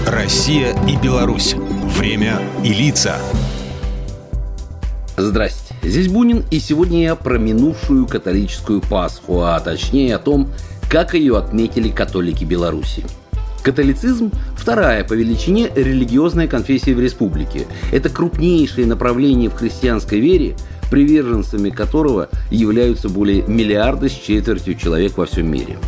Россия и Беларусь. Время и лица. Здрасте, здесь Бунин, и сегодня я про минувшую католическую Пасху, а точнее о том, как ее отметили католики Беларуси. Католицизм – вторая по величине религиозная конфессия в республике. Это крупнейшее направление в христианской вере, приверженцами которого являются более миллиарда с четвертью человек во всем мире.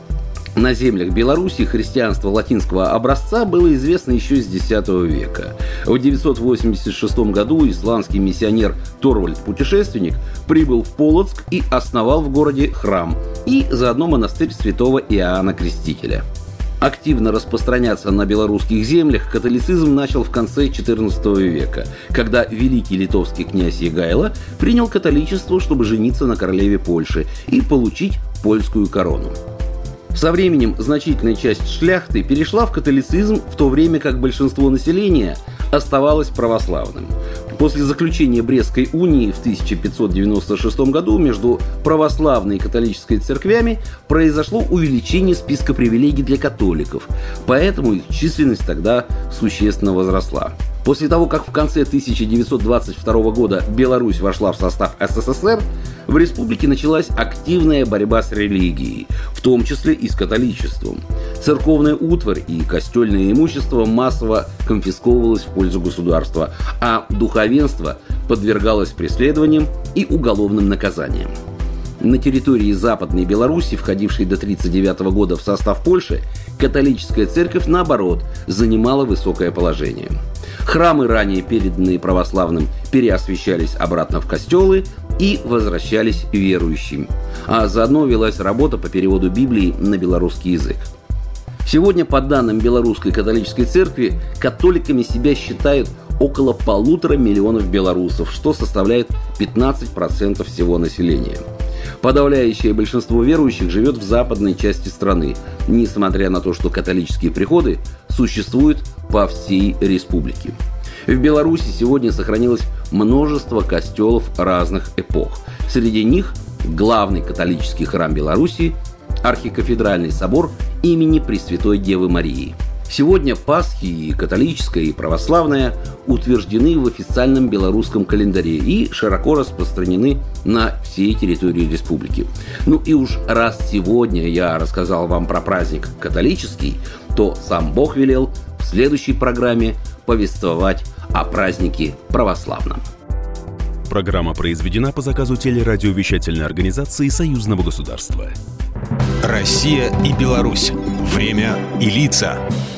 На землях Беларуси христианство латинского образца было известно еще с X века. В 986 году исландский миссионер Торвальд Путешественник прибыл в Полоцк и основал в городе храм и заодно монастырь святого Иоанна Крестителя. Активно распространяться на белорусских землях католицизм начал в конце XIV века, когда великий литовский князь Егайло принял католичество, чтобы жениться на королеве Польши и получить польскую корону. Со временем значительная часть шляхты перешла в католицизм, в то время как большинство населения оставалось православным. После заключения Брестской унии в 1596 году между православной и католической церквями произошло увеличение списка привилегий для католиков, поэтому их численность тогда существенно возросла. После того, как в конце 1922 года Беларусь вошла в состав СССР, в республике началась активная борьба с религией, в том числе и с католичеством. Церковная утварь и костельное имущество массово конфисковывалось в пользу государства, а духовенство подвергалось преследованиям и уголовным наказаниям. На территории Западной Беларуси, входившей до 1939 года в состав Польши, католическая церковь, наоборот, занимала высокое положение. Храмы, ранее переданные православным, переосвящались обратно в костелы и возвращались верующим. А заодно велась работа по переводу Библии на белорусский язык. Сегодня, по данным Белорусской католической церкви, католиками себя считают около 1,5 миллиона белорусов, что составляет 15% всего населения. Подавляющее большинство верующих живет в западной части страны, несмотря на то, что католические приходы существуют по всей республике. В Беларуси сегодня сохранилось множество костелов разных эпох. Среди них главный католический храм Беларуси – архикафедральный собор имени Пресвятой Девы Марии. Сегодня Пасхи и католическая, и православная утверждены в официальном белорусском календаре и широко распространены на всей территории республики. Ну и уж раз сегодня я рассказал вам про праздник католический, то сам Бог велел в следующей программе повествовать о празднике православном. Программа произведена по заказу телерадиовещательной организации Союзного государства. Россия и Беларусь. Время и лица.